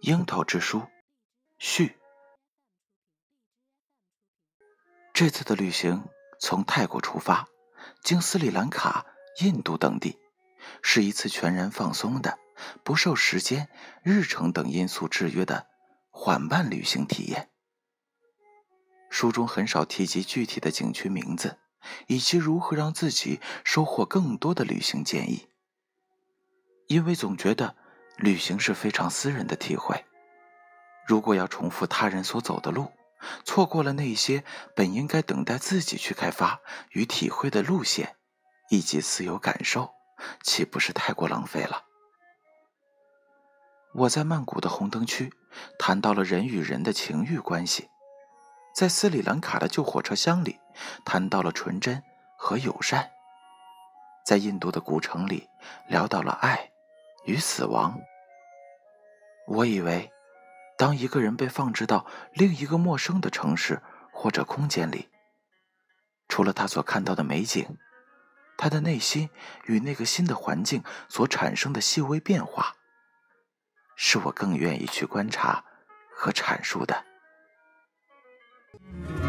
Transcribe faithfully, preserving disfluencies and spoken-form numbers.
樱桃之书续。这次的旅行从泰国出发，经斯里兰卡、印度等地，是一次全然放松的、不受时间、日程等因素制约的缓慢旅行体验。书中很少提及具体的景区名字，以及如何让自己收获更多的旅行建议，因为总觉得旅行是非常私人的体会。如果要重复他人所走的路，错过了那些本应该等待自己去开发与体会的路线以及私有感受，岂不是太过浪费了？我在曼谷的红灯区谈到了人与人的情欲关系，在斯里兰卡的旧火车厢里谈到了纯真和友善，在印度的古城里聊到了爱与死亡。我以为当一个人被放置到另一个陌生的城市或者空间里，除了他所看到的美景，他的内心与那个新的环境所产生的细微变化，是我更愿意去观察和阐述的。